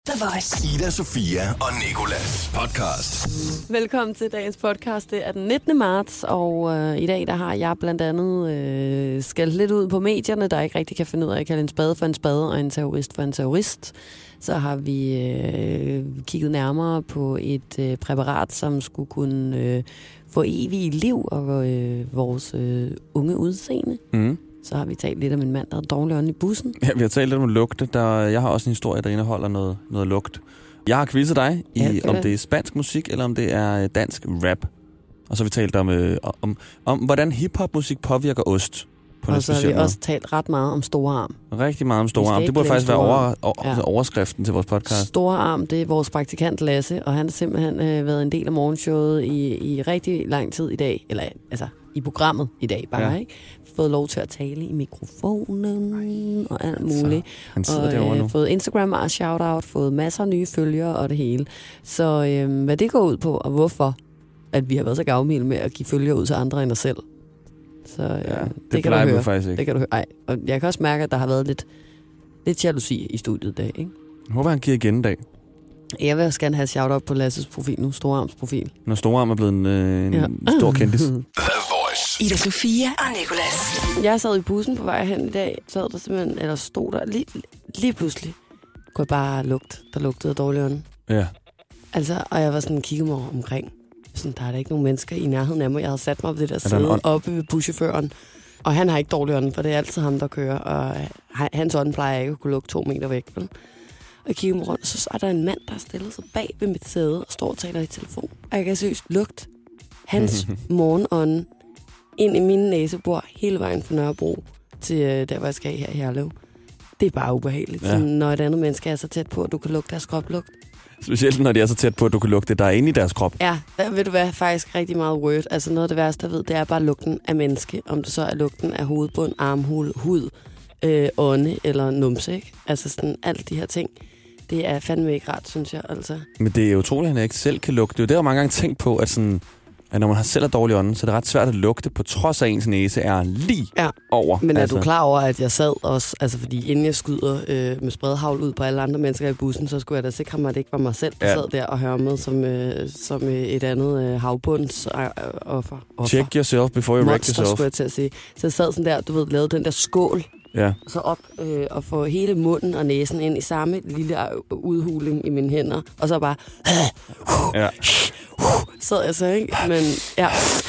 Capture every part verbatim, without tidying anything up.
The Voice. Ida, Sofia og Nicolas podcast. Velkommen til dagens podcast. Det er den nittende marts, og øh, i dag der har jeg blandt andet øh, skældt lidt ud på medierne, der ikke rigtig kan finde ud af at kalde en spade for en spade og en terrorist for en terrorist. Så har vi øh, kigget nærmere på et øh, præparat, som skulle kunne øh, få evige liv og øh, vores øh, unge udseende. Mm. Så har vi talt lidt om en mand, der er dårlig ånd i bussen. Ja, vi har talt lidt om lugte. Der, jeg har også en historie, der indeholder noget, noget lugt. Jeg har quizzet dig, i, ja, om det er spansk musik, eller om det er dansk rap. Og så har vi talt om, øh, om, om hvordan hiphop-musik påvirker ost. På og så har vi måde. også talt ret meget om store arm. Rigtig meget om store arm. Det burde faktisk være over, over, ja. overskriften til vores podcast. Store arm, det er vores praktikant Lasse, og han har simpelthen øh, været en del af morgenshowet i, i rigtig lang tid i dag. Eller altså i programmet i dag bare, ja. ikke? Fået lov til at tale i mikrofonen og alt muligt. Han sidder og derovre nu. Fået Instagram og shout-out, fået masser af nye følgere og det hele. Så øh, hvad det går ud på, og hvorfor at vi har været så gavmilde med at give følgere ud til andre end os selv. Så øh, ja, det, det kan du høre. Faktisk ikke. Det kan du høre. Ej, og jeg kan også mærke, at der har været lidt, lidt jalousi i studiet i dag, ikke? Jeg håber, han giver igen i dag. Jeg vil også gerne have shout-out på Lasses profil nu, Storarms profil. Når Storarm er blevet en, en ja. stor kendis. Ida, Sofia og Nicolas. Jeg sad i bussen på vej hen i dag, sad der simpelthen, eller stod der lige, lige pludselig, kunne jeg bare lugte, der lugtede dårlig ånd. Ja. Altså, og jeg var sådan, kigget mig omkring. Sådan, der er der ikke nogen mennesker i nærheden af mig. Jeg havde sat mig på det der sæde oppe ved buschaufføren. Og han har ikke dårlig ånd, for det er altid ham, der kører. Og hans ånd plejer ikke at kunne lugte to meter væk. Vel? Og jeg kigger mig rundt, og så er der en mand, der har stillet sig bag ved mit sæde og står og taler i telefon. Og jeg kan seriøst lugte hans morgenånd ind i min næsebor hele vejen fra Nørrebro til der, hvor jeg skal her i Herlev. Det er bare ubehageligt, ja. Sådan, når et andet menneske er så tæt på, at du kan lugte deres kroplugt. Specielt når de er så tæt på, at du kan lugte det, der er inde i deres krop. Ja, der vil du være faktisk rigtig meget word. Altså noget af det værste, jeg ved, det er bare lugten af menneske. Om det så er lugten af hovedbund, armhul, hud, øh, ånde eller numse, ikke? Altså sådan alt de her ting. Det er fandme ikke rart, synes jeg, altså. Men det er utroligt, at han ikke selv kan lugte. Det er jo mange gange tænkt på, at sådan... at når man har selv er dårlig ånden, så er det ret svært at lugte, på trods af ens næse er lige ja. over. Men er altså. du klar over, at jeg sad også, altså fordi inden jeg skyder øh, med spredhavl ud på alle andre mennesker i bussen, så skulle jeg da sikre mig, at det ikke var mig selv, der ja. sad der og hørmede som, øh, som øh, et andet øh, havbundsoffer. Check yourself before you wreck yourself. Skulle jeg til at sige. Så jeg sad sådan der, du ved, lavede den der skål, ja. så op øh, og få hele munden og næsen ind i samme lille udhuling i mine hænder, og så bare... ja. sad jeg så, ikke? Men ja,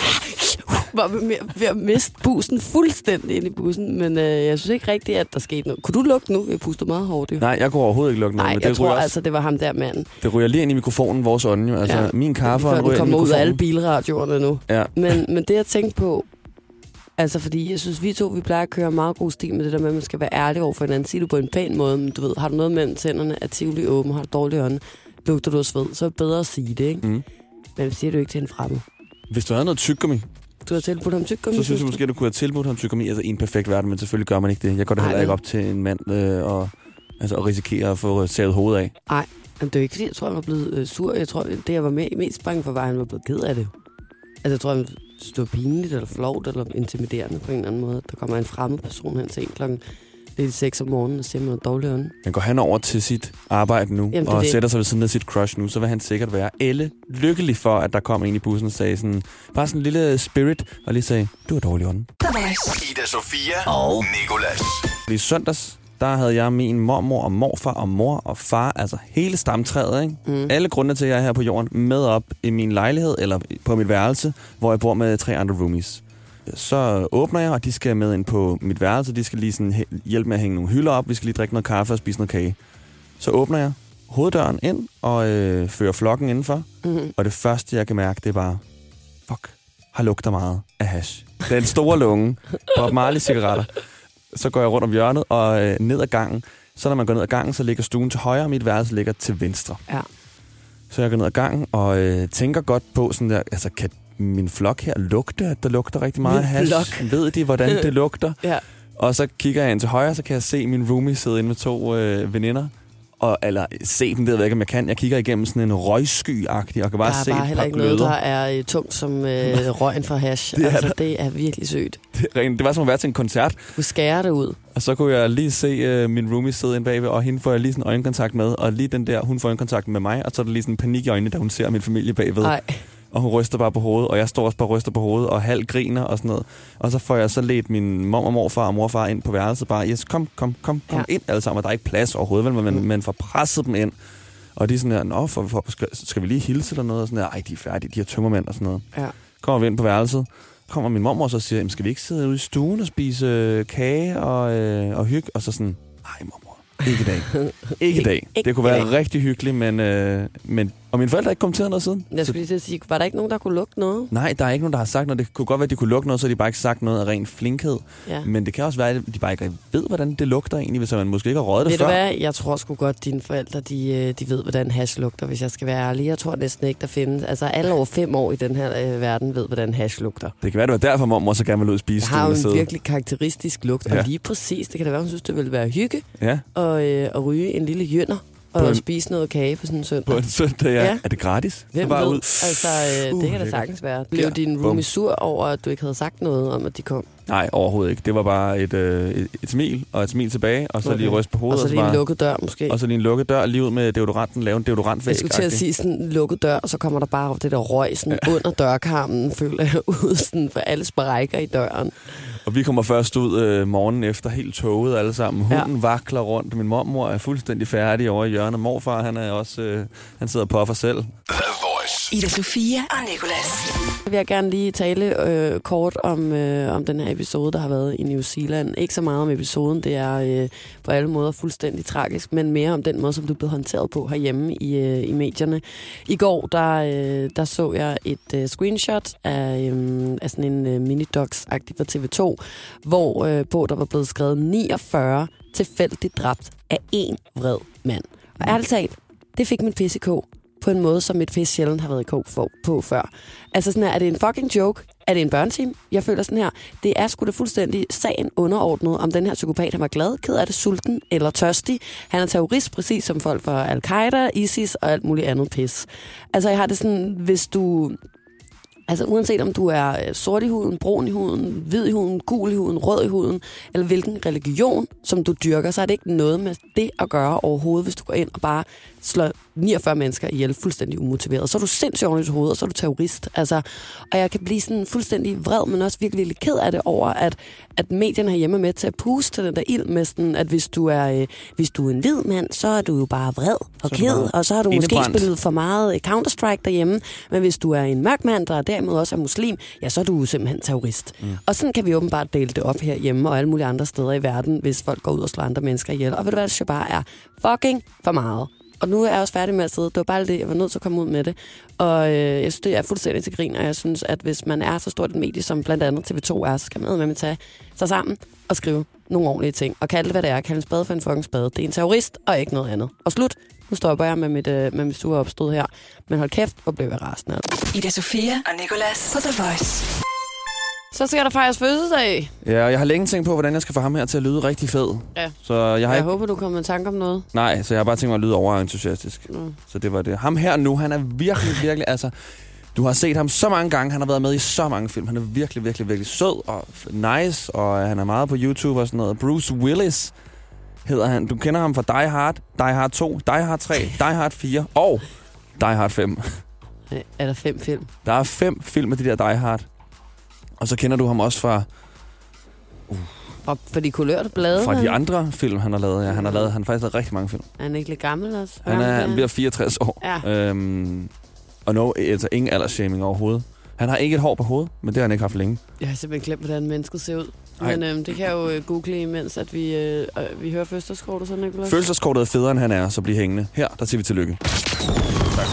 var ved at miste bussen fuldstændig ind i bussen, men øh, jeg synes ikke rigtigt, at der skete noget. Kunne du lugte nu? Jeg pustede meget hårdt, jo. Nej, jeg kunne overhovedet ikke lugte noget. Nej, jeg det tror også, altså, det var ham der manden. Det ryger lige ind i mikrofonen, vores ånd, jo. Altså, ja. min kaffe og ryger ind i mikrofonen. Kommer ud af alle bilradioerne nu. Ja. Men, men det, jeg tænkte på, altså fordi jeg synes, vi to, vi plejer at køre meget god stil med det der med, at man skal være ærlig over for hinanden. Sige det på en pæn måde, men du ved, har du noget mellem tænderne, er tivoli åben, har du dårlig ånd, lugter du af sved, så er det bedre at sige det, ikke? Mm. Men det siger du ikke til en fremmed. Hvis du havde noget tyggegummi, du har tilbudt ham tyggegummi, så synes jeg måske, du kunne have tilbudt ham tyggegummi, altså i en perfekt verden, men selvfølgelig gør man ikke det. Jeg går da heller ikke op til en mand øh, og, altså, og risikerer at få savet hovedet af. Nej, men det er jo ikke fordi, jeg tror, han var blevet øh, sur. Jeg tror, det jeg var med, mest bange for, var, at han var blevet ked af det. Altså jeg tror, han stod pinligt eller flovt eller intimiderende på en eller anden måde. Der kommer en fremmed person hen til en klokken lidt seks om morgenen og siger, man er dårlig ånd. Men går han over til sit arbejde nu, Jamen, og sætter sig ved siden af sit crush nu, så vil han sikkert være elle lykkelig for, at der kom en i bussen og sagde sådan, bare sådan en lille spirit, og lige sagde, du er dårlig ånd. Ida, Sofia og Nicolas. I søndags, der havde jeg min mormor og morfar og mor og far, altså hele stamtræet, ikke? Mm. Alle grunde til, at jeg er her på jorden, med op i min lejlighed, eller på mit værelse, hvor jeg bor med tre andre roomies. Så åbner jeg, og de skal med ind på mit værelse. De skal lige sådan hjælpe med at hænge nogle hylder op. Vi skal lige drikke noget kaffe og spise noget kage. Så åbner jeg hoveddøren ind og øh, fører flokken indenfor. Mm-hmm. Og det første, jeg kan mærke, det er bare, fuck, har lugter meget af hash. Den store lunge, Bob Marley cigaretter. Så går jeg rundt om hjørnet og øh, ned ad gangen. Så når man går ned ad gangen, så ligger stuen til højre, og mit værelse ligger til venstre. Ja. Så jeg går ned ad gangen og øh, tænker godt på sådan der, altså kan min flok her lugte, at der lugter rigtig meget hash. Flok. Ved de, hvordan det lugter? Ja. Og så kigger jeg ind til højre, så kan jeg se min roomie sidde inde med to øh, veninder. Og, eller se dem, det ved jeg ikke, om jeg kan. Jeg kigger igennem sådan en røgsky-agtig, og kan bare se der er bare et heller par ikke gløder. noget, der er uh, tungt som uh, røgen fra hash. Det er, altså, det er virkelig sødt. Det, er rent, det var som at være til en koncert. Du skærer det ud. Og så kunne jeg lige se uh, min roomie sidde inde bagved, og hende får jeg lige sådan øjenkontakt med, og lige den der, hun får øjenkontakt med mig, og så er der lige sådan en panik i øjnene, da hun ser min familie bagved. Ej. Og hun ryster bare på hovedet, og jeg står også bare og ryster på hovedet, og halv griner og sådan noget. Og så får jeg så ledt min mor og morfar og morfar ind på værelset, bare, yes, kom, kom, kom, kom ja. ind alle sammen, og der er ikke plads overhovedet, vel, men mm. man får presset dem ind. Og de er sådan her, nå, for, for, skal, skal vi lige hilse eller noget? Og sådan der, ej, de er færdige, de her tømmermænd og sådan noget. Ja. Kommer vi ind på værelset, kommer min mormor så og siger, skal vi ikke sidde ude i stuen og spise kage og, øh, og hygge? Og så sådan, nej mormor, ikke i dag. Ikke i dag. Det kunne være rigtig hyggeligt, men, øh, men... Og mine forældre er ikke kommenteret noget siden. Jeg skulle lige til at sige, var der ikke nogen, der kunne lugte noget? Nej, der er ikke nogen, der har sagt noget. Det kunne godt være, at de kunne lugte noget, så de bare ikke sagt noget af ren flinkhed. Ja. Men det kan også være, at de bare ikke ved, hvordan det lugter egentlig, hvis man måske ikke har røget det ved før. Ved du hvad? Jeg tror sgu godt, at dine forældre, de, de ved, hvordan hash lugter, hvis jeg skal være ærlig. Jeg tror næsten ikke, der findes. Altså alle over fem år i den her øh, verden ved, hvordan hash lugter. Det kan være, det var derfor, mormor så gerne vil ud og spise. Det har jo en virkelig karakteristisk lugt. Ja. Og lige præcis, det kan da være, hun synes, det ville være hygge ja. og, øh, at ryge en lille jønner. Og en, spise noget kage på sådan en søndag. På en søndag, ja. ja. Er det gratis? Hvem ved? Ud. Altså, øh, uh, det kan da sagtens være. Blev ja. din roomie sur over, at du ikke havde sagt noget om, at de kom? Nej, overhovedet ikke. Det var bare et, øh, et, et smil, og et smil tilbage, og så okay. lige ryst på hovedet. Og så lige og så en lukket dør, måske. Og så lige en lukket dør, lige ud med deodoranten, lave en deodorantvæg. Jeg skulle til at sige sådan en lukket dør, og så kommer der bare det der røg sådan ja. under dørkarmen, føler jeg, ud sådan for alle sprækker i døren. Og vi kommer først ud øh, morgenen efter, helt tåget alle sammen. Hunden ja. vakler rundt. Min mormor er fuldstændig færdig over i hjørnet. Morfar, han er også, øh, han sidder på for selv. Ida Sofia og Nicolas. Jeg vil gerne lige tale øh, kort om, øh, om den her episode, der har været i New Zealand. Ikke så meget om episoden, det er øh, på alle måder fuldstændig tragisk, men mere om den måde, som du er blevet håndteret på herhjemme i, øh, i medierne. I går, der, øh, der så jeg et øh, screenshot af, øh, af sådan en øh, mini-docs-agtig på T V to, hvor øh, på der var blevet skrevet niogfyrre tilfældigt dræbt af én vred mand. Og ærligt talt, det fik min pisse i kog på en måde, som mit pis sjældent har været i kog for, på før. Altså sådan her, er det en fucking joke? Er det en børneteam? Jeg føler sådan her, det er sgu da fuldstændig sagen underordnet, om den her psykopat, han var glad, ked af det, sulten eller tørstig. Han er terrorist, præcis som folk fra Al-Qaida, ISIS og alt muligt andet pis. Altså jeg har det sådan, hvis du... Altså uanset om du er sort i huden, brun i huden, hvid i huden, gul i huden, rød i huden, eller hvilken religion, som du dyrker, så er det ikke noget med det at gøre overhovedet, hvis du går ind og bare slår niogfyrre mennesker ihjel fuldstændig umotiveret. Så er du sindssygt ordentligt i hovedet, og så er du terrorist. Altså, og jeg kan blive sådan fuldstændig vred, men også virkelig, virkelig ked af det over, at, at medierne herhjemme er med til at puste til den der ild med sådan, at hvis du er øh, hvis du er en hvid mand, så er du jo bare vred og ked, og så har du måske spillet for meget Counter-Strike derhjemme, men hvis du er en mørk mand, der derimod også er muslim, ja, så er du simpelthen terrorist. Mm. Og sådan kan vi åbenbart dele det op herhjemme og alle mulige andre steder i verden, hvis folk går ud og slår andre mennesker ihjel. Og ved du hvad, det jo bare er fucking for meget. Og nu er jeg også færdig med at sidde. Det var bare det, jeg var nødt til at komme ud med det. Og øh, jeg synes, det er fuldstændig til grin, og jeg synes, at hvis man er så stort et medie, som blandt andet T V to er, så skal man med at tage sig sammen og skrive nogle ordentlige ting. Og kalde det, hvad det er. Kalde en spade for en fucking spade. Det er en terrorist, og ikke noget andet. Og slut. Nu stopper jeg med mit, øh, med mit sure opstød her. Men hold kæft, hvor blev jeg rasende. Ida Sofia og Nicolas på The Voice. Så skal der fejres fødselsdag. Ja, og jeg har længe tænkt på, hvordan jeg skal få ham her til at lyde rigtig fed. Ja. Så jeg har jeg ikke... håber, du kommer med tanke om noget. Nej, så jeg har bare tænkt mig at lyde overentusiastisk. Mm. Så det var det. Ham her nu, han er virkelig, virkelig... altså, du har set ham så mange gange. Han har været med i så mange film. Han er virkelig, virkelig, virkelig sød og nice. Og han er meget på YouTube og sådan noget. Bruce Willis hedder han. Du kender ham fra Die Hard, Die Hard to, Die Hard tre, Die Hard fire og Die Hard fem. Er der fem film? Der er fem film med de der Die Hard. Og så kender du ham også fra... Uh, og for de kulørte blade? Fra de andre film, han har lavet. Ja, han har lavet, han har faktisk lavet rigtig mange film. Er han ikke lidt gammel også? Han er, han bliver fireogtres år. Ja. Øhm, og no, altså ingen aldersshaming overhovedet. Han har ikke et hår på hovedet, men det har han ikke haft længe. Jeg har simpelthen glemt, hvordan mennesket ser ud. Ej. Men øhm, det kan jeg jo øh, google imens, at vi, øh, vi hører fødselsdagskortet, så Nicolas. Fødselsdagskortet er federe, end han er, så bliv hængende. Her, der siger vi tillykke. Tak.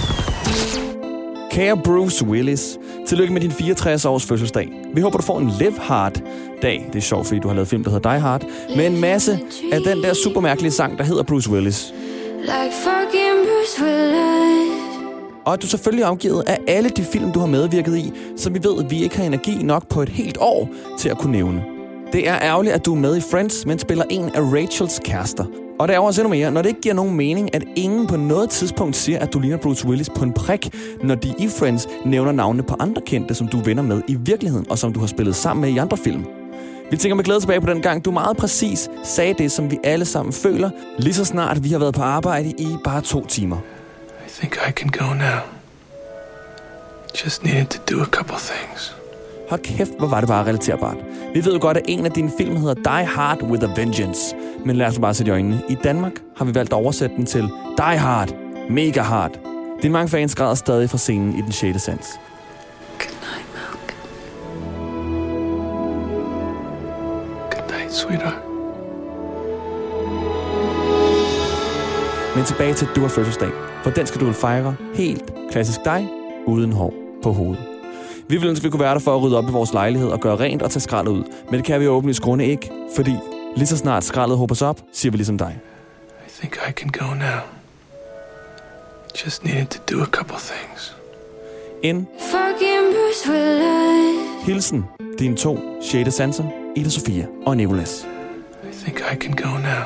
Kære Bruce Willis, tillykke med din fireogtres-års fødselsdag. Vi håber, du får en live hard dag. Det er sjovt, fordi du har lavet film, der hedder Die Hard. Med en masse af den der super mærkelige sang, der hedder Bruce Willis. Like fucking Bruce Willis. Og at du selvfølgelig er omgivet af alle de film, du har medvirket i, så vi ved, at vi ikke har energi nok på et helt år til at kunne nævne. Det er ærgerligt, at du er med i Friends, men spiller en af Rachels kærester. Og der er også endnu mere, når det ikke giver nogen mening, at ingen på noget tidspunkt siger, at du ligner Bruce Willis på en prik, når de i Friends nævner navnene på andre kendte, som du er venner med i virkeligheden, og som du har spillet sammen med i andre film. Vi tænker med glæde tilbage på den gang, du meget præcis sagde det, som vi alle sammen føler, lige så snart vi har været på arbejde i bare to timer. I think I can go now. Just needed to do a couple things. Hold kæft, hvor var det bare relaterbart. Vi ved jo godt, at en af dine film hedder Die Hard with a Vengeance. Men lad os bare sætte i øjnene. I Danmark har vi valgt at oversætte den til Die Hard, Mega Hard. Dine mange fans græder stadig fra scenen i Den sjette sans. Good night, Malcolm. Good night, sweetheart. Men tilbage til Du har fødselsdag. For den skal du vel fejre helt klassisk dig, uden hår på hovedet. Vi ville ønske, at vi kunne være der for at rydde op i vores lejlighed og gøre rent og tage skraldet ud. Men det kan vi åbenlyst grunde ikke, fordi lige så snart skraldet hopper op, siger vi ligesom dig. I think I can go now. Just needed to do a couple things. En hilsen dine to sjette sanser, Ida Sofia og Nicolas. I think I can go now.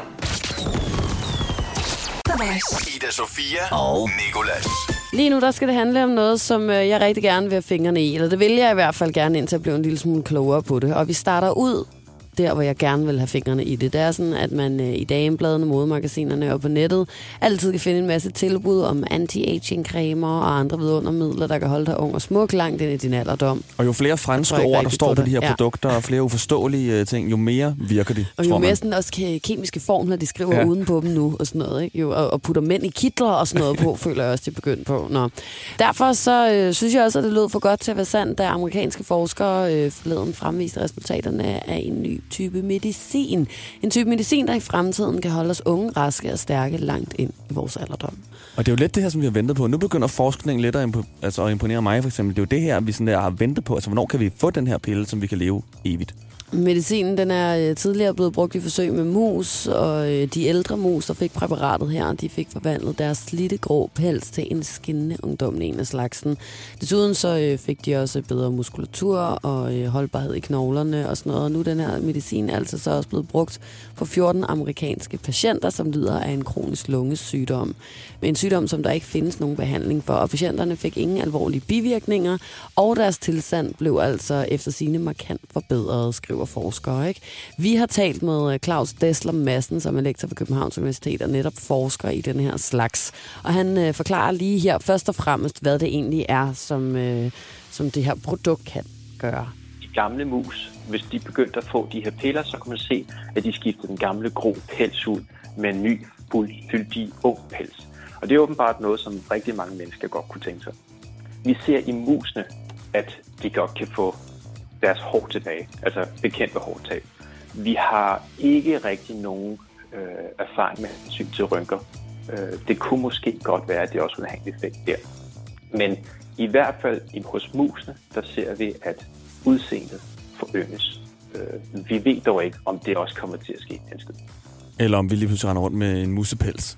Ida Sofia og Nicolas. Lige nu der skal det handle om noget, som jeg rigtig gerne vil have fingrene i. Eller det vil jeg i hvert fald gerne, indtil jeg bliver en lille smule klogere på det. Og vi starter ud der, hvor jeg gerne vil have fingrene i det. Det er sådan, at man øh, i damebladene, modemagasinerne og på nettet altid kan finde en masse tilbud om anti-aging-cremer og andre vidundermidler, der kan holde dig ung og smuk langt ind i din alderdom. Og jo flere franske ord, der står på, på de her ja. produkter, og flere uforståelige øh, ting, jo mere virker de, og jo mere sådan også ke- kemiske formler, de skriver ja. uden på dem nu, og sådan noget, ikke? Jo, og, og putter mænd i kitler og sådan noget på, føler jeg også, de er begyndt på. Nå. Derfor så øh, synes jeg også, at det lød for godt til at være sandt, da amerikanske forskere øh, forleden fremviste resultaterne af en ny type medicin. En type medicin, der i fremtiden kan holde os unge, raske og stærke langt ind i vores alderdom. Og det er jo lidt det her, som vi har ventet på. Nu begynder forskningen lidt at, impo- altså at imponere mig, for eksempel. Det er jo det her, vi sådan der har ventet på. Altså, hvornår kan vi få den her pille, som vi kan leve evigt? Medicinen, den er tidligere blevet brugt i forsøg med mus, og de ældre mus, der fik præparatet her, de fik forvandlet deres slitte grå pels til en skinnende ungdommelig en af slagsen. Desuden så fik de også bedre muskulatur og holdbarhed i knoglerne og sådan noget. Og nu er den her medicin altså så også blevet brugt på fjorten amerikanske patienter, som lider af en kronisk lungesygdom. En sygdom, som der ikke findes nogen behandling for, og patienterne fik ingen alvorlige bivirkninger, og deres tilstand blev altså efter sigende markant forbedret, skriver forskere. Ikke? Vi har talt med Claus Dessler Madsen, som er lektor ved Københavns Universitet og netop forsker i den her slags. Og han øh, forklarer lige her først og fremmest, hvad det egentlig er, som, øh, som det her produkt kan gøre. De gamle mus, hvis de begyndte at få de her piller, så kan man se, at de skifter den gamle grå pels ud med en ny, fuldfyldig ung pels. Og det er åbenbart noget, som rigtig mange mennesker godt kunne tænke sig. Vi ser i musene, at de godt kan få deres hår tilbage, altså bekæmpe hårtab. Vi har ikke rigtig nogen øh, erfaring med hensyn til rynker. Øh, det kunne måske godt være, at det også ville have en effekt der. Men i hvert fald hos musene, der ser vi, at udseendet forynges. Øh, vi ved dog ikke, om det også kommer til at ske mennesket. Eller om vi lige pludselig render rundt med en musepels.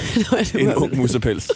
En ung musepels.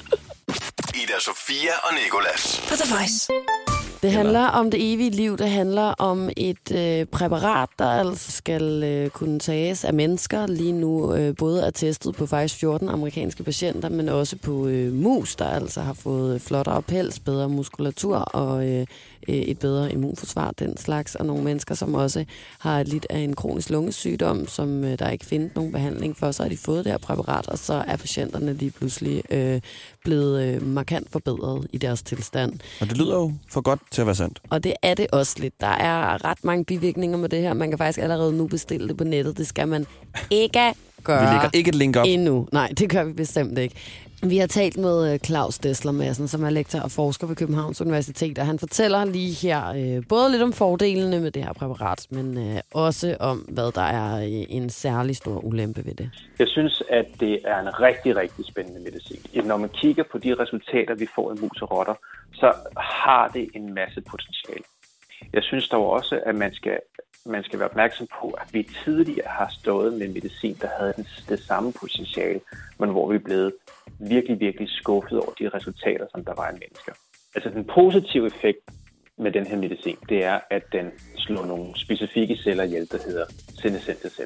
Ida Sofia og Nicolas. På The Voice. Det handler om det evige liv. Det handler om et øh, præparat, der altså skal øh, kunne tages af mennesker. Lige nu øh, både er testet på faktisk fjorten amerikanske patienter, men også på øh, mus, der altså har fået flottere pels, bedre muskulatur og øh, et bedre immunforsvar, den slags. Og nogle mennesker, som også har lidt af en kronisk lungesygdom, som øh, der ikke findes nogen behandling for, så har de fået det her præparat, og så er patienterne lige pludselig øh, blevet øh, markant forbedret i deres tilstand. Og det lyder jo for godt til at være sandt. Og det er det også lidt. Der er ret mange bivirkninger med det her. Man kan faktisk allerede nu bestille det på nettet. Det skal man ikke gøre. Vi lægger ikke et link op. Endnu. Nej, det gør vi bestemt ikke. Vi har talt med Claus Dessler Madsen, som er lektor og forsker ved Københavns Universitet, og han fortæller lige her øh, både lidt om fordelene med det her præparat, men øh, også om, hvad der er en særlig stor ulempe ved det. Jeg synes, at det er en rigtig, rigtig spændende medicin. Når man kigger på de resultater, vi får i mus og rotter, så har det en masse potentiale. Jeg synes dog også, at man skal, man skal være opmærksom på, at vi tidligere har stået med medicin, der havde det samme potentiale, men hvor vi er blevet virkelig, virkelig skuffet over de resultater, som der var i mennesker. Altså den positive effekt med den her medicin, det er, at den slår nogle specifikke celler ihjel, der hedder senescente celler.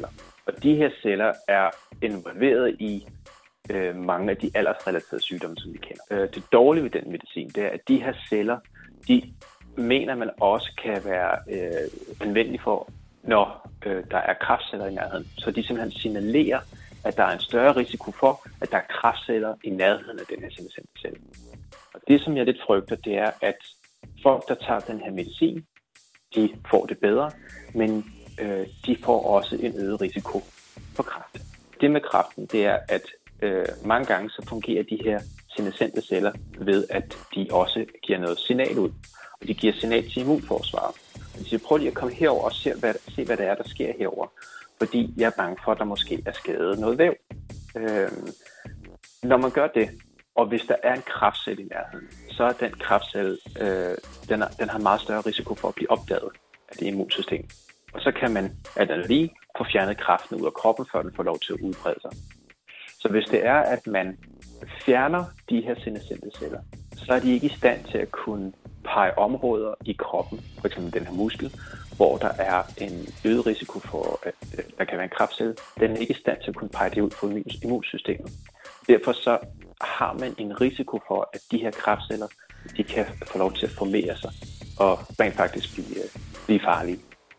Og de her celler er involveret i øh, mange af de aldersrelaterede sygdomme, som vi kender. Øh, det dårlige ved den medicin, det er, at de her celler, de mener man også kan være øh, anvendelige for, når øh, der er kræftceller i nærheden. Så de simpelthen signalerer, at der er en større risiko for, at der er kræftceller i nærheden af den her senescente celle. Og det, som jeg lidt frygter, det er, at folk, der tager den her medicin, de får det bedre, men øh, de får også en øget risiko for kræft. Det med kræften, det er, at øh, mange gange så fungerer de her senescente celler ved, at de også giver noget signal ud. Og de giver signal til immunforsvaret. Og de siger, prøv lige at komme herover og se hvad, se, hvad det er, der sker herover. Fordi jeg er bange for, at der måske er skadet noget væv. Øh, når man gør det, og hvis der er en kræftcelle i nærheden, så er den kræftcelle, øh, den, er, den har meget større risiko for at blive opdaget af det immunsystem. Og så kan man alt lige få fjernet kræften ud af kroppen, før den får lov til at udbrede sig. Så hvis det er, at man fjerner de her senescente celler, så er de ikke i stand til at kunne pege områder i kroppen, f.eks. den her muskel, hvor der er en øget risiko for, at der kan være en kræftcelle. Den er ikke i stand til at kunne pege det ud på immunsystemet. Derfor så har man en risiko for, at de her kræftceller, de kan få lov til at formere sig og rent faktisk blive, blive farlige.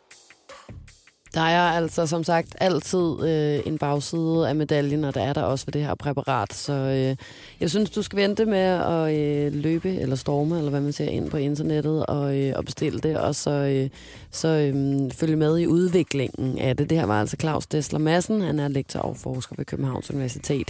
Der er altså som sagt altid øh, en bagside af medaljen, og der er der også ved det her præparat. Så øh, jeg synes, du skal vente med at øh, løbe eller storme, eller hvad man siger, ind på internettet og, øh, og bestille det, og så, øh, så øh, følge med i udviklingen af det. Det her var altså Claus Dessler Madsen. Han er lektor og forsker ved Københavns Universitet.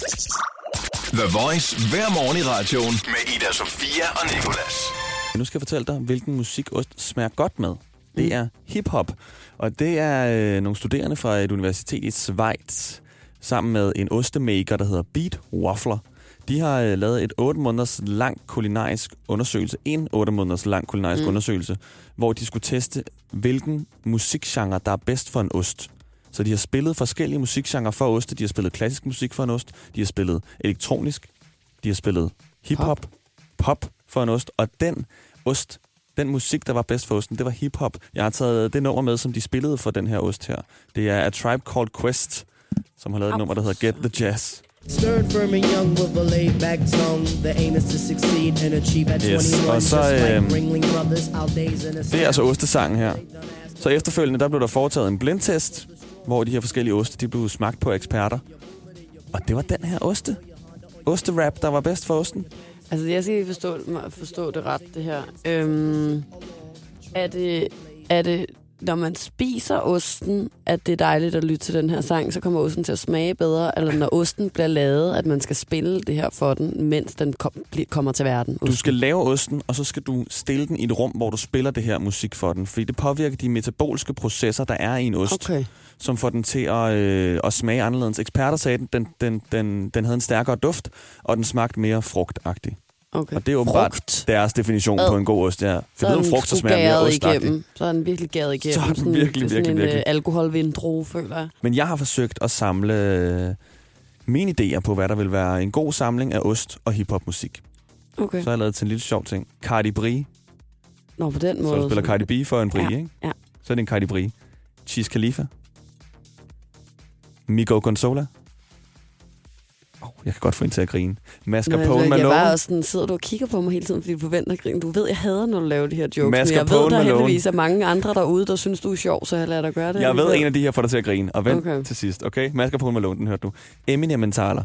The Voice hver morgen i radioen med Ida Sofia og Nicolas. Nu skal jeg fortælle dig, hvilken musik ost smager godt med. Det er hiphop, og det er øh, nogle studerende fra et universitet i Schweiz, sammen med en ostemaker, der hedder Beat Waffler. De har øh, lavet et otte måneders lang kulinarisk undersøgelse, en otte måneders lang kulinarisk mm. undersøgelse, hvor de skulle teste, hvilken musikgenre, der er bedst for en ost. Så de har spillet forskellige musikgenre for oste. De har spillet klassisk musik for en ost. De har spillet elektronisk. De har spillet hiphop, pop, pop for en ost. Og den ost, den musik, der var bedst for osten, det var hiphop. Jeg har taget det nummer med, som de spillede for den her ost her. Det er A Tribe Called Quest, som har lavet et nummer, der hedder Get the Jazz. Stern, firm and young with a laid back tongue. The aim is to succeed and achieve at yes. twenty-one. Og så, just øh, like Ringling Brothers, our days in a det er altså ostesangen her. Så efterfølgende, der blev der foretaget en blindtest, hvor de her forskellige oste, de blev smagt på eksperter. Og det var den her oste. Osterap, der var bedst for osten. Altså, jeg skal forstå, forstå det ret, det her. Øhm, er, det, er det, når man spiser osten, at det er dejligt at lytte til den her sang, så kommer osten til at smage bedre? Eller når osten bliver lavet, at man skal spille det her for den, mens den kom, kommer til verden? Osten. Du skal lave osten, og så skal du stille den i et rum, hvor du spiller det her musik for den. Fordi det påvirker de metabolske processer, der er i en ost. Okay. Som får den til at, øh, at smage anderledes. Eksperter sagde, den, den, den, den, den havde en stærkere duft, og den smagte mere frugtagtig. Okay. Og det er åbenbart frugt. Deres definition Ad. på en god ost. Ja. Så er det frugt, så smager mere ostagtig. Så er den virkelig gæret igennem. Så er den sådan, virkelig, sådan virkelig, en virkelig. alkoholvindrue, føler jeg. Men jeg har forsøgt at samle øh, mine idéer på, hvad der vil være en god samling af ost og hiphopmusik. Okay. Så har jeg lavet til en lille sjov ting. Cardi Brie. Nå, på den måde. Så du spiller Cardi B for en Brie, ja. ikke? Ja. Så er det en Cardi Brie. Chiz Khalifa. Migo Gonzola. Oh, jeg kan godt få en til at grine. Mascarpone Malone. Jeg var også sådan, sidder du og kigger på mig hele tiden, fordi du forventer at grine. Du ved, jeg hader, når du laver de her jokes. Mascarpone men jeg ved, der Malone. heldigvis er mange andre derude, der synes, du er sjov, så jeg lader dig gøre det. Jeg ved, en af de her får dig til at grine. Og vent okay. til sidst, okay? Mascarpone Malone, den hørte du. Eminem and Tyler.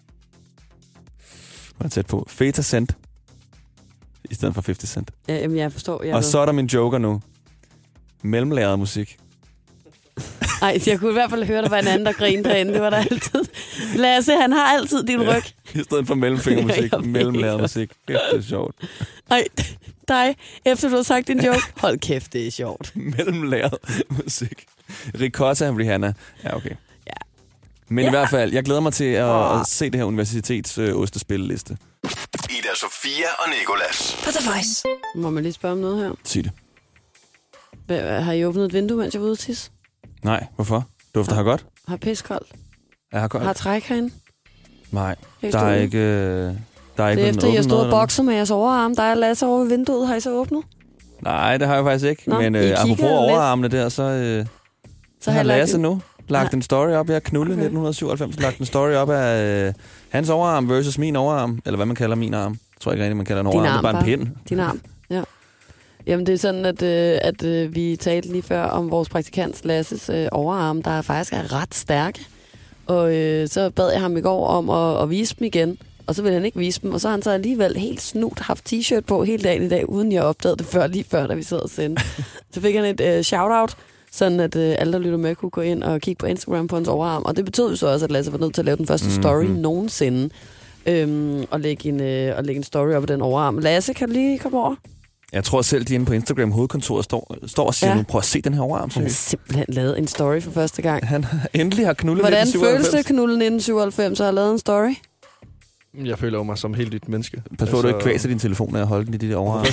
Var tæt på. Feta Cent. I stedet for halvtreds Cent. Ja, jamen, jeg forstår. Jeg og ved. så er der min joker nu. Mellemlæret musik. Ej, jeg kunne i hvert fald høre, der var en anden, der grinede derinde. Det var der altid. Lasse, han har altid din ryg. Ja, i stedet for mellemfingermusik. Ja, mellemlæret musik. Kæft, det er sjovt. Ej, dig, efter du har sagt din joke. Hold kæft, det er sjovt. Mellemlæret musik. Ricotta og Rihanna. Ja, okay. Ja. Men ja. i hvert fald, jeg glæder mig til at, oh. at se det her universitets øh, ostespilleliste. Ida Sofia og Nicolas. For The Voice. Må man lige spørge om noget her? Sig det. Hvad, har I åbnet et vindue, mens jeg var ude til? Nej, hvorfor? Dufter her godt? Har piskoldt? Jeg har godt. Har træk herinde? Nej, Jeg der er ikke... Øh, der er ikke det er efter, åbnet jeg stod og noget, bokser med jeres overarm. Der er Lasse over ved vinduet. Har I så åbnet? Nej, det har jeg faktisk ikke. Nå, men I øh, apropos kigger lidt. overarmene der, så, øh, så har heller Lasse ikke- nu. lagt en story op. Jeg Knulle okay. nitten syvoghalvfems lagt en story op af øh, hans overarm versus min overarm. Eller hvad man kalder min arm. Jeg tror ikke rigtig, man kalder en overarm. Arm, det er bare en pind. Din arm, ja. Jamen, det er sådan, at, øh, at øh, vi talte lige før om vores praktikant Lasses øh, overarm, der faktisk er ret stærke. Og øh, så bad jeg ham i går om at, at vise dem igen. Og så ville han ikke vise dem. Og så har han så alligevel helt snut haft t-shirt på hele dagen i dag, uden jeg opdagede det før, lige før, da vi sad og sendte. Så fik han et øh, shout-out, sådan at øh, alle, der lytter med, kunne gå ind og kigge på Instagram på hans overarm. Og det betød jo så også, at Lasse var nødt til at lave den første story mm-hmm. nogensinde. Øhm, og, lægge en, øh, og lægge en story op af den overarm. Lasse, kan du lige komme over? Jeg tror selv, de inde på Instagram hovedkontoret står, står og siger, ja. nu prøv at se den her overarm. Han har simpelthen lavet en story for første gang. Han endelig har knullet Hvordan nitten syvoghalvfems. føles det, Knulle nitten syvoghalvfems, og har lavet en story? Jeg føler jo mig som et helt nyt menneske. Pas på, altså, du ikke kvæser din telefon, når jeg holder den i de der overarm.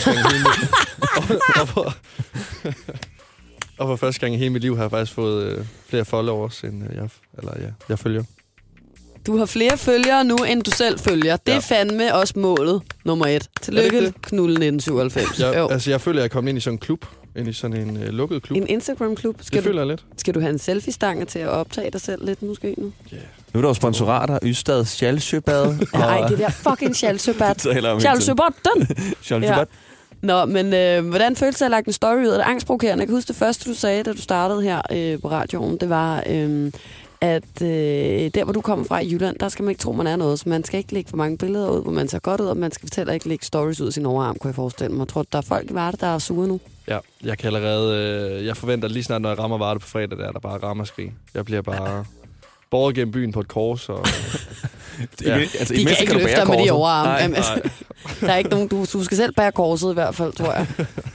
og, for, og for første gang i hele mit liv har jeg faktisk fået øh, flere followers, end øh, jeg, eller, ja, jeg følger. Du har flere følgere nu, end du selv følger. Det er ja. fandme også målet nummer et. Tillykke, Knulle nitten syvoghalvfems. Jeg, altså, jeg føler, at jeg er kommet ind i sådan en klub. Ind i sådan en øh, lukket klub. En Instagram-klub? Skal det du, føler jeg lidt. Skal du have en selfie-stange til at optage dig selv lidt måske nu? Yeah. Nu er der jo sponsorater. Ystad Sjalsøbad. Nej, det der fucking Sjalsøbad. Sjalsøbaden! Sjalsøbad. Nå, men øh, hvordan føles det at have lagt en story ud? Er det angstprovokerende? Jeg kan huske det første, du sagde, da du startede her øh, på radioen. Det var, øh, at øh, der, hvor du kommer fra i Jylland, der skal man ikke tro, man er noget. Så man skal ikke lægge for mange billeder ud, hvor man ser godt ud, og man skal fortælle ikke lægge stories ud af sin overarm, kunne jeg forestille mig. Jeg tror, der er folk i Varde, der er sure nu. Ja, jeg kan allerede... Øh, jeg forventer lige snart, når jeg rammer Varde på fredag, der er der bare ramaskrig. Jeg bliver bare borget gennem byen på et kors, og... ja. altså, de kan ikke løfte dig med de overarme. Nej, nej. Der er ikke nogen... Du, du skal selv bære korset i hvert fald, tror jeg.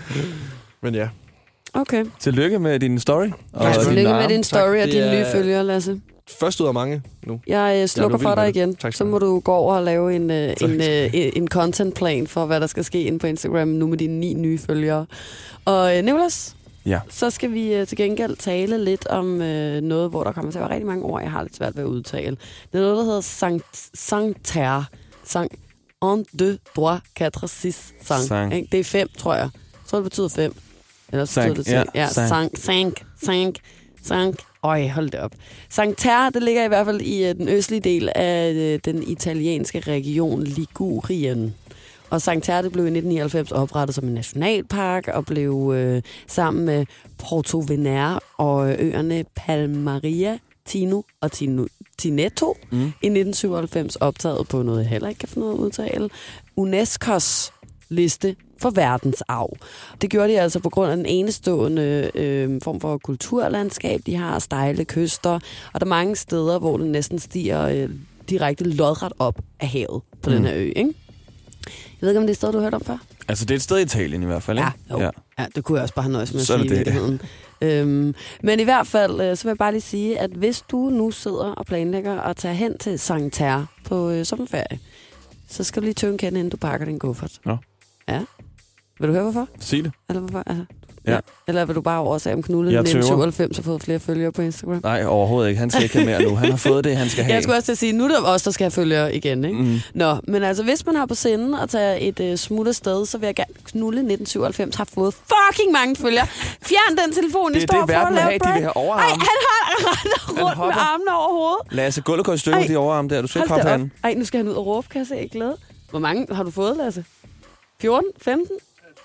Men ja. Okay. Tillykke med din story. Og ja, tillykke med din story tak, og dine nye følgere, Lasse. Først ud af mange nu. Jeg øh, slukker jeg for dig igen. Tak, så må du gå over og lave en, øh, en, øh, en contentplan for, hvad der skal ske inde på Instagram nu med dine ni nye følgere. Og øh, Nicolas, ja. så skal vi øh, til gengæld tale lidt om øh, noget, hvor der kommer til at være rigtig mange ord, jeg har lidt svært ved at udtale. Det er noget, der hedder Sankt, Sanctaire. Sankt un, deux, trois, quatre, six, sang. sang. Det er fem, tror jeg. Jeg tror, det betyder fem. Eller så betyder det ja, ja, sank, sank, sank, sank. Øj, hold det op. Sanctaire, det ligger i hvert fald i uh, den østlige del af uh, den italienske region Ligurien. Og Sanctaire, det blev i nitten nioghalvfems oprettet som en nationalpark og blev uh, sammen med Porto Venere og øerne Palmaria, Tino og Tino, Tineto mm. i nitten syvoghalvfems optaget på noget, jeg heller ikke kan finde noget at udtale. UNESCO's liste for verdensarv. Det gjorde de altså på grund af den enestående øh, form for kulturlandskab. De har stejle kyster, og der er mange steder, hvor det næsten stiger øh, direkte lodret op af havet på mm. den her ø, ikke? Jeg ved ikke, om det er et sted, du har hørt om før? Altså, det er et sted i Italien i hvert fald, ikke? Ja, jo. Ja. ja det kunne jeg også bare have nøjes med at så sige. Det. øhm, men i hvert fald, øh, så vil jeg bare lige sige, at hvis du nu sidder og planlægger at tage hen til Sanctaire på øh, sommerferie, så skal du lige tøve en kende, inden du pakker din kuffert. Ja. Ja. Vil du høre, hvorfor? Sig det. Eller hvorfor? Altså, ja. ja. Eller vil du bare oversage om Knulle nitten syvoghalvfems og fået flere følgere på Instagram? Nej, overhovedet ikke. Han skal ikke have mere nu. Han har fået det, han skal have. Jeg skulle også til at sige, nu er det os, der skal have følgere igen, ikke? Mm. Nå, men altså, hvis man har på sinde at tage et uh, smut afsted, så vil jeg gerne Knulle nitten syvoghalvfems har fået fucking mange følgere. Fjern den telefon, I det, står det for at lave break. Det er det, overarm. Ej, han har rendt rundt med armene over hovedet. Lasse, gulvet går i stykker med de overarm der. Du skal ikke hoppe han. Ej, nu skal han ud og råbe, kan jeg se. Jeg glæder. Hvor mange har du fået, Lasse? fjorten? femten?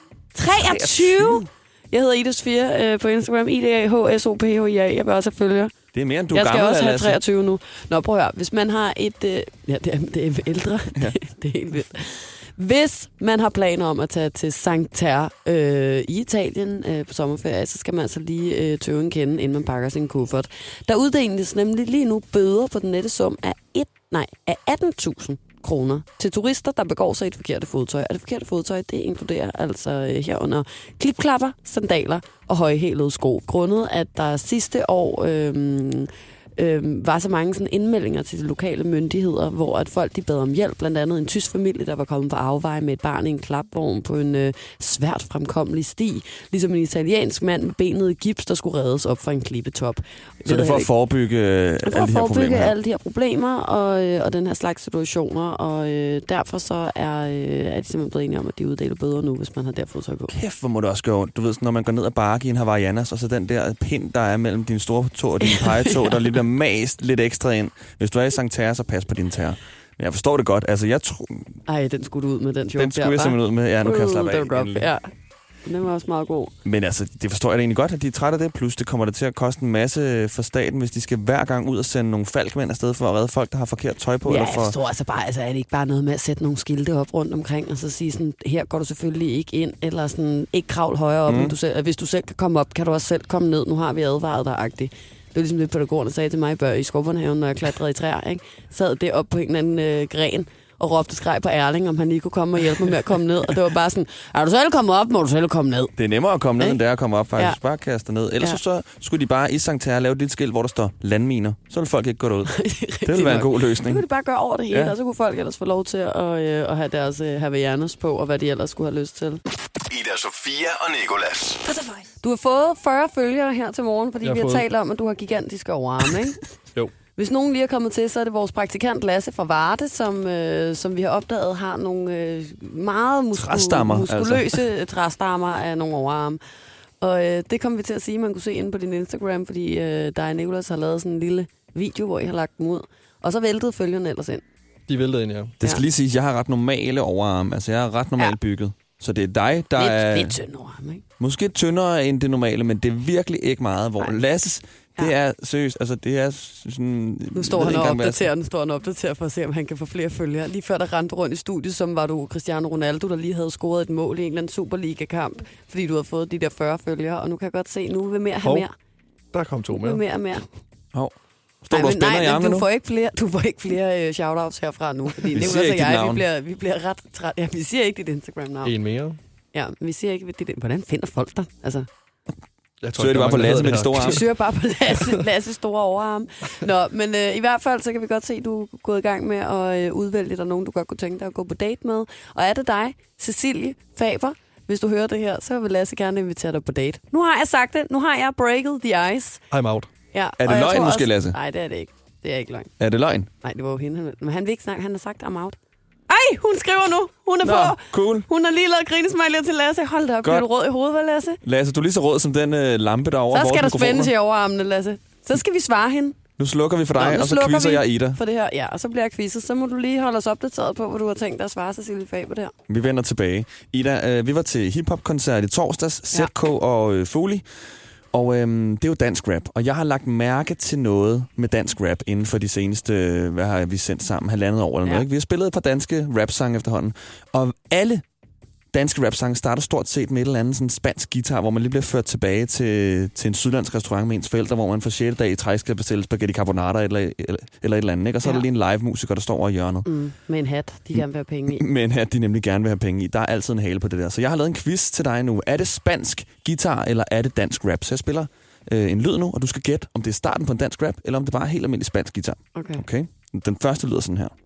treogtyve? Jeg hedder Ida Sofia øh, på Instagram. I D A H S O P H I A. Jeg vil også have følgere. Det er mere, end du er gammel, Jeg skal gammel, også have treogtyve nu. Nå, prøv at høre. Hvis man har et... Øh, ja, det er, det er ældre. Ja. det, det er helt vildt. Hvis man har planer om at tage til Sanctaire øh, i Italien øh, på sommerferie, så skal man altså lige øh, tøve en kende, inden man pakker sin kuffert. Der uddeles nemlig lige nu bøder på den nette sum af, et, nej, af atten tusind kroner til turister, der begår sig i et forkerte fodtøj. Og det forkerte fodtøj, det inkluderer altså øh, herunder klipklapper, sandaler og højhælede sko. Grundet, at der sidste år øh, øh, var så mange sådan indmeldinger til de lokale myndigheder, hvor at folk de bad om hjælp. Blandt andet en tysk familie, der var kommet på afveje med et barn i en klapvogn på en øh, svært fremkommelig sti. Ligesom en italiensk mand med benet i gips, der skulle reddes op fra en klippetop. Så det er for at forebygge øh, alle de her problemer? For at forebygge her. alle de her problemer og, øh, og den her slags situationer. Og øh, derfor så er, øh, er de simpelthen blevet enige om, at de uddeler bøder nu, hvis man har derfor så gå. Kæft, hvor må det også gøre ondt. Du ved, når man går ned ad bakke i en Havaianas, og så den der pind, der er mellem din store tå og din pegetå, der lige bliver mast lidt ekstra ind. Hvis du er i Sankt Terre, så pas på din tæer. Men jeg forstår det godt. Altså, jeg tror... Ej, den skulle du ud med, den joke. Den skulle der, jeg simpelthen ud med. Ja, nu kan jeg slappe af. Uh, ja. Den var også meget god. Men altså, det forstår jeg da egentlig godt, at de er trætte af det. Plus, det kommer der til at koste en masse for staten, hvis de skal hver gang ud og sende nogle falkmænd afsted for at redde folk, der har forkert tøj på. Ja, eller for... jeg forstår altså bare, altså er det ikke bare noget med at sætte nogle skilte op rundt omkring, og så sige sådan, her går du selvfølgelig ikke ind, eller sådan, ikke kravl højere op, mm. du selv, hvis du selv kan komme op, kan du også selv komme ned. Nu har vi advaret dig-agtigt. Det var ligesom det, pædagogerne sagde til mig i, bør, i Skovbåndhaven, når jeg klatrede i træer, ikke? Sad det op på en eller anden øh, gren, og råbte skreg på Erling, om han lige kunne komme og hjælpe mig med at komme ned. Og det var bare sådan, er du selv kommet op, må du selv komme ned. Det er nemmere at komme ned, ja, end det er at komme op, faktisk. Ja. Bare kaste ned. Ellers ja. så, så skulle de bare i Sankt Terre lave et lille skilt, hvor der står landminer. Så vil folk ikke gå derud. Det ville være en god løsning. Det kunne de bare gøre over det hele, ja. og så kunne folk ellers få lov til at, øh, at have deres øh, Havaianas på, og hvad de ellers skulle have lyst til. Ida Sofia og Nicolas. Du har fået fyrre følgere her til morgen, fordi vi har fået... talt om, at du har gigantiske overarme, ikke? Jo. Hvis nogen lige er kommet til, så er det vores praktikant Lasse fra Varde, som, øh, som vi har opdaget har nogle øh, meget musku- muskuløse altså. træstammer af nogle overarme. Og øh, det kom vi til at sige, man kunne se inde på din Instagram, fordi øh, dig og Nicolas har lavet sådan en lille video, hvor I har lagt dem ud. Og så væltede følgerne ellers ind. De væltede ind, ja. Det skal ja. lige sige, at jeg har ret normale overarme. Altså, jeg er ret normalt ja. bygget. Så det er dig, der lidt, er... Lidt tynd overarme, ikke? Måske tyndere end det normale, men det er virkelig ikke meget. Hvor Lasses... Det er seriøst, altså det er sådan... Nu står han og opdaterer, nu står han og opdaterer for at se, om han kan få flere følgere. Lige før der rendte rundt i studiet, som var du Cristiano Ronaldo, der lige havde scoret et mål i en eller anden Superliga-kamp, fordi du havde fået de der fyrre følgere, og nu kan jeg godt se, nu vil mere have mere. Der kom to mere. Nu vil mere og mere. Hov. Står nej, du og spænder nej, i armene du nu? får ikke flere, du får ikke flere uh, shoutouts herfra nu, fordi Nicolas og jeg, vi bliver, vi bliver ret træt. Ja, vi siger ikke dit Instagram-navn. En mere. Ja, vi siger ikke dit. Hvordan finder folk dig? Altså... Jeg tror, søger de bare på Lasse med de store arme? Du søger bare på Lasse, Lasse store overarme. Nå, men øh, i hvert fald, så kan vi godt se, at du er gået i gang med at øh, udvælge dig nogen, du godt kunne tænke dig at gå på date med. Og er det dig, Cecilie Faber, hvis du hører det her, så vil Lasse gerne invitere dig på date. Nu har jeg sagt det. Nu har jeg breaket the ice. I'm out. Ja, er det løgn måske, også... Lasse? Nej, det er det ikke. Det er ikke løgn. Er det løgn? Nej, det var jo hende. Men han vil ikke snakke. Han har sagt, I'm out. Ej, hun skriver nu. Hun er Nå, på. Cool. Hun har lige lavet grinesmiley til Lasse. Hold da op, bliver du rød i hovedet, hvad, Lasse? Lasse, du er lige så rød som den øh, lampe derovre. Så skal der spændes i overarmene, Lasse. Så skal vi svare hende. Nu slukker vi for dig, Nå, og så quizzer jeg Ida. For det her, ja, og så bliver jeg quizzet. Så må du lige holde os opdateret på, hvad du har tænkt dig at svare Cecilie Faber der. Vi vender tilbage. Ida, øh, vi var til hiphop-koncert i torsdags. Z K ja. og øh, Foli. Og øhm, det er jo dansk rap, og jeg har lagt mærke til noget med dansk rap inden for de seneste, hvad har vi sendt sammen, halvandet år eller noget, ja. ikke? Vi har spillet et par danske rap-sange efterhånden, og alle danske rap-sange starter stort set med et eller andet sådan spansk guitar, hvor man lige bliver ført tilbage til, til en sydlandsk restaurant med ens forældre, hvor man for sjette dag i træk skal bestille spaghetti carbonara eller, eller, eller et eller andet, ikke? Og så ja. er der lige en live-musiker, der står over i hjørnet. Mm, med en hat, de gerne vil have penge i. Med en hat, de nemlig gerne vil have penge i. Der er altid en hale på det der. Så jeg har lavet en quiz til dig nu. Er det spansk guitar, eller er det dansk rap? Så jeg spiller øh, en lyd nu, og du skal gætte, om det er starten på en dansk rap, eller om det bare er helt almindelig spansk guitar. Okay. okay? Den første lyder sådan her.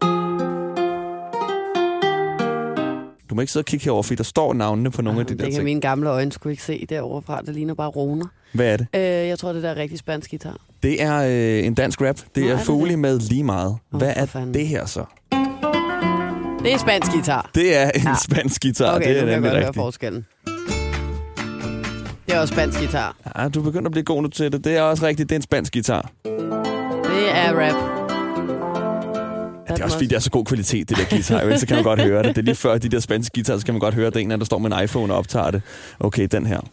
Du må ikke sidde og kigge herover, fordi der står navnene på nogle ah, af de der ting. Det kan mine gamle øjne skulle ikke se derovre fra. Det ligner bare roner. Hvad er det? Øh, jeg tror, det der er rigtig spansk guitar. Det er øh, en dansk rap. Det Nå, er, er Foli med lige meget. Hvad oh, er fanden. det her så? Det er spansk guitar. Det er en ja. spansk guitar. Okay, det er nu kan jeg godt høre høre forskellen. Det er også spansk guitar. Ja, du begynder at blive god nu til det. Det er også rigtigt. Det er en spansk guitar. Det er rap. Ja, det er også fordi, det er så god kvalitet, det der guitar. Så kan man godt høre det. Det er lige før de der spanske guitar, så kan man godt høre, at det er en, der står med en iPhone og optager det. Okay, den her.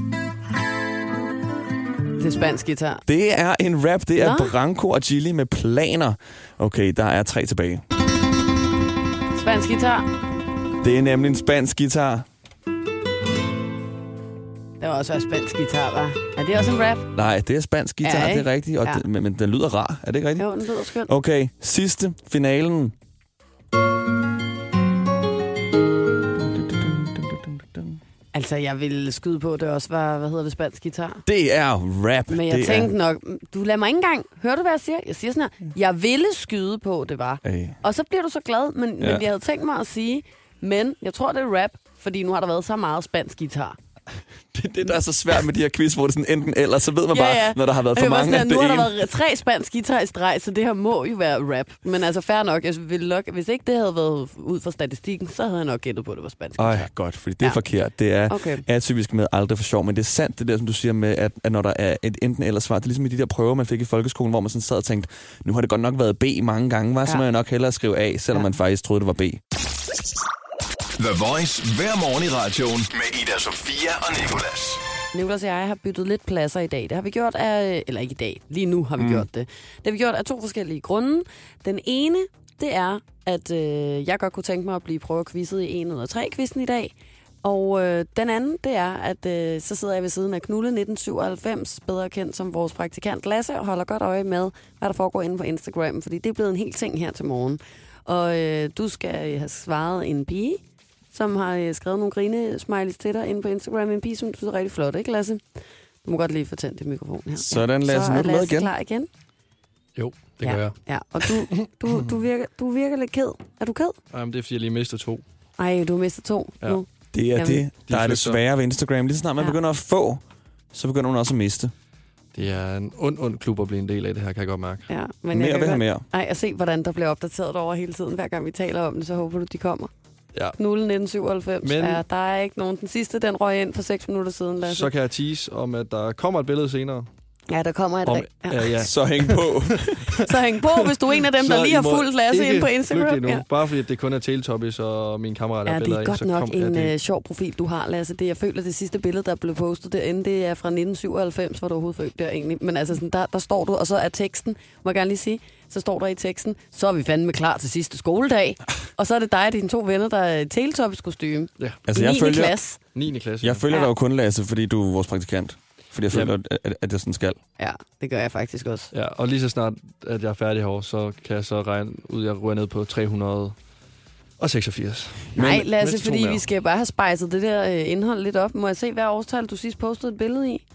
Det er spansk guitar. Det er en rap. Det er Nå? Branco og Gilly med Planer. Okay, der er tre tilbage. Spansk guitar. Det er nemlig en spansk guitar. Det var også en spansk guitar, hva'? Er det også en rap? Nej, det er spansk guitar, ja, det er rigtigt. Og ja. det, men, men den lyder rar, er det ikke rigtigt? Jo, den lyder skønt. Okay, sidste finalen. Altså, Altså, jeg ville skyde på, at det også var, hvad hedder det, spansk guitar. Det er rap. Men jeg det tænkte er... nok, du lader mig ikke engang, hører du, hvad jeg siger? Jeg siger sådan her, jeg ville skyde på, det var. Ej. Og så bliver du så glad, men, ja. men jeg havde tænkt mig at sige, men jeg tror, det er rap, fordi nu har der været så meget spansk guitar. Det er det, der er så svært med de her quiz, hvor det er sådan enten eller, så ved man ja, bare, ja. når der har været for mange af det Nu har der ene. været tre spansk guitar i streg, så det her må jo være rap. Men altså fair nok, jeg ville nok, hvis ikke det havde været ud fra statistikken, så havde jeg nok gættet på, at det var spansk guitar. Ej, godt, fordi det er Ja. forkert. Det er Okay. atypisk med aldrig for sjov, men det er sandt, det der, som du siger med, at, at når der er et enten eller svar, det er ligesom i de der prøver, man fik i folkeskolen, hvor man sådan sad og tænkte, nu har det godt nok været B mange gange, var, så Ja. må jeg nok hellere skrive A, selvom Ja. man faktisk troede, det var B. The Voice hver morgen i radioen med Ida Sofia og Nicolas. Nicolas og jeg har byttet lidt pladser i dag. Det har vi gjort af, eller ikke i dag, lige nu har vi mm. gjort det. Det har vi gjort af to forskellige grunde. Den ene, det er, at øh, jeg godt kunne tænke mig at blive prøvequizzet i en ud af tre quizzen i dag. Og øh, den anden, det er, at øh, så sidder jeg ved siden af Knulle nitten syvoghalvfems, bedre kendt som vores praktikant Lasse, og holder godt øje med, hvad der foregår inde på Instagram, fordi det er blevet en hel ting her til morgen. Og øh, du skal have svaret en pige, som har øh, skrevet nogle grine-smileys til dig inde på Instagram. En pige, som du synes er rigtig flot, ikke Lasse? Du må godt lige få tændt dit mikrofon her. Sådan, Lasse. Så Nu er er du med Lasse igen. klar igen? Jo, det ja. gør jeg. Ja, og du, du, du, virker, du virker lidt ked. Er du ked? Jamen, det er, fordi jeg lige mister to. Ej, du har mistet to Ja. nu. Det er Jamen, det, der er det flygter. svære ved Instagram. Lige så snart man Ja. begynder at få, så begynder man også at miste. Det er en ond, ond klub at blive en del af det her, kan jeg godt mærke. Ja, men Mere jeg vil kan have godt- mere. Ej, og se, hvordan der bliver opdateret over hele tiden. Hver gang vi taler om det, så håber du, de kommer. Ja. Knulle nitten syvoghalvfems. Men- Ja, der er ikke nogen. Den sidste, den røg ind for seks minutter siden, Lasse. Så kan jeg tease om, at der kommer et billede senere. Ja, der kommer et Om, rig- ja. ja. Ja. Så hæng på. Så hæng på, hvis du er en af dem, Så der lige I har må fulgt Lasse ikke inde på flygte Instagram. endnu. Ja. Bare fordi det kun er Teletubbies og min kammerat der Ja, det billeder er af, godt så nok kom, en ja, øh, det, sjov profil, du har, Lasse. Det, jeg føler, det sidste billede, der blev postet derinde, det er fra nitten syvoghalvfems, hvor du overhovedet født der egentlig. Men altså, sådan, der, der står du, og så er teksten, må jeg gerne lige sige, så står der i teksten, så er vi fandme klar til sidste skoledag. Og så er det dig og dine to venner, der er i Teletubbies-kostyme. ja. Altså, I jeg niende følger, klasse. niende klasse. jeg følger Ja. dig jo kun, Lasse, fordi du er vores praktikant. Fordi jeg føler, at, at, at jeg sådan skal. Ja, det gør jeg faktisk også. Ja, og lige så snart, at jeg er færdig herovre, så kan jeg så regne ud, at jeg ryger ned på tre hundrede og seksogfirs. Nej, Men- Lasse, mindst to fordi mere. vi skal bare have spejset det der øh, indhold lidt op. Må jeg se, hvad årstal du sidst postede et billede i?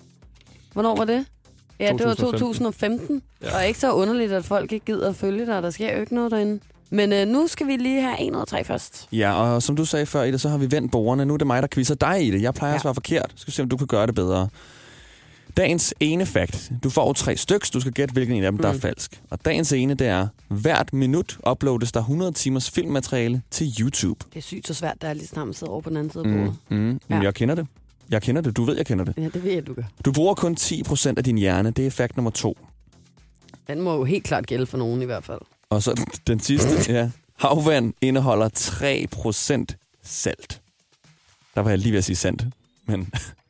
Hvornår var det? Ja, det var to tusind og femten. Ja. Og ikke så underligt, at folk ikke gider at følge dig. Der sker jo ikke noget derinde. Men øh, nu skal vi lige have en ud af tre først. Ja, og som du sagde før, Ida, så har vi vendt bordene. Nu er det mig, der quizzer dig i det. Jeg plejer Ja. at svare forkert. Skal vi se, om du kan gøre det bedre. Dagens ene fakt. Du får jo tre styks. Du skal gætte, hvilken en af dem, der er Mm. falsk. Og dagens ene, det er, hvert minut uploades der hundrede timers filmmateriale til YouTube. Det er sygt så svært, der er lige snart man sidder over på den anden side af Mm, bordet. mm, men Ja. jeg kender det. Jeg kender det. Du ved, jeg kender det. Ja, det ved jeg, du gør. Du bruger kun ti procent af din hjerne. Det er fakt nummer to. Den må jo helt klart gælde for nogen i hvert fald. Og så den sidste, ja. Havvand indeholder tre procent salt. Der var jeg lige ved at sige sandt. Men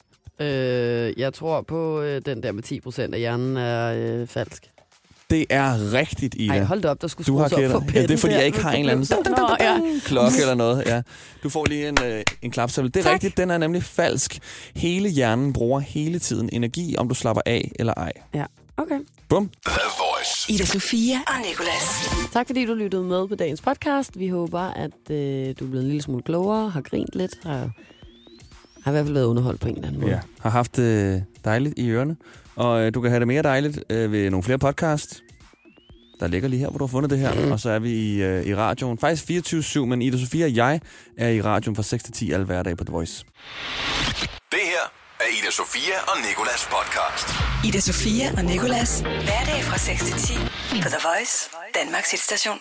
Øh, jeg tror på øh, den der med ti procent af hjernen er øh, falsk. det er rigtigt, Ida. Ej, hold da op, der skulle Du har skrues op gættet. for Ja, det er pennen fordi, jeg der. ikke har en eller anden Nå, ja. klokke eller noget. Ja. Du får lige en, øh, en klapsalve. Det er Tak. rigtigt, den er nemlig falsk. Hele hjernen bruger hele tiden energi, om du slapper af eller ej. Ja, okay. Bum. The Voice. Ida Sofia og Nicolas. Tak fordi du lyttede med på dagens podcast. Vi håber, at øh, du er blevet en lille smule klogere, har grint lidt, har, har i hvert fald været underholdt på en eller anden måde. Ja. Har haft det øh, dejligt i ørerne. Og øh, du kan have det mere dejligt øh, ved nogle flere podcasts. Der ligger lige her, hvor du har fundet det her. Mm. Og så er vi i, øh, i radioen. Faktisk fireogtyve syv, men Ida Sofia og jeg er i radioen fra seks til ti alle hverdage på The Voice. Det her er Ida Sofia og Nicolas podcast. Ida Sofia og Nicolas. Hverdag fra seks til ti på The Voice, Danmarks hitstation.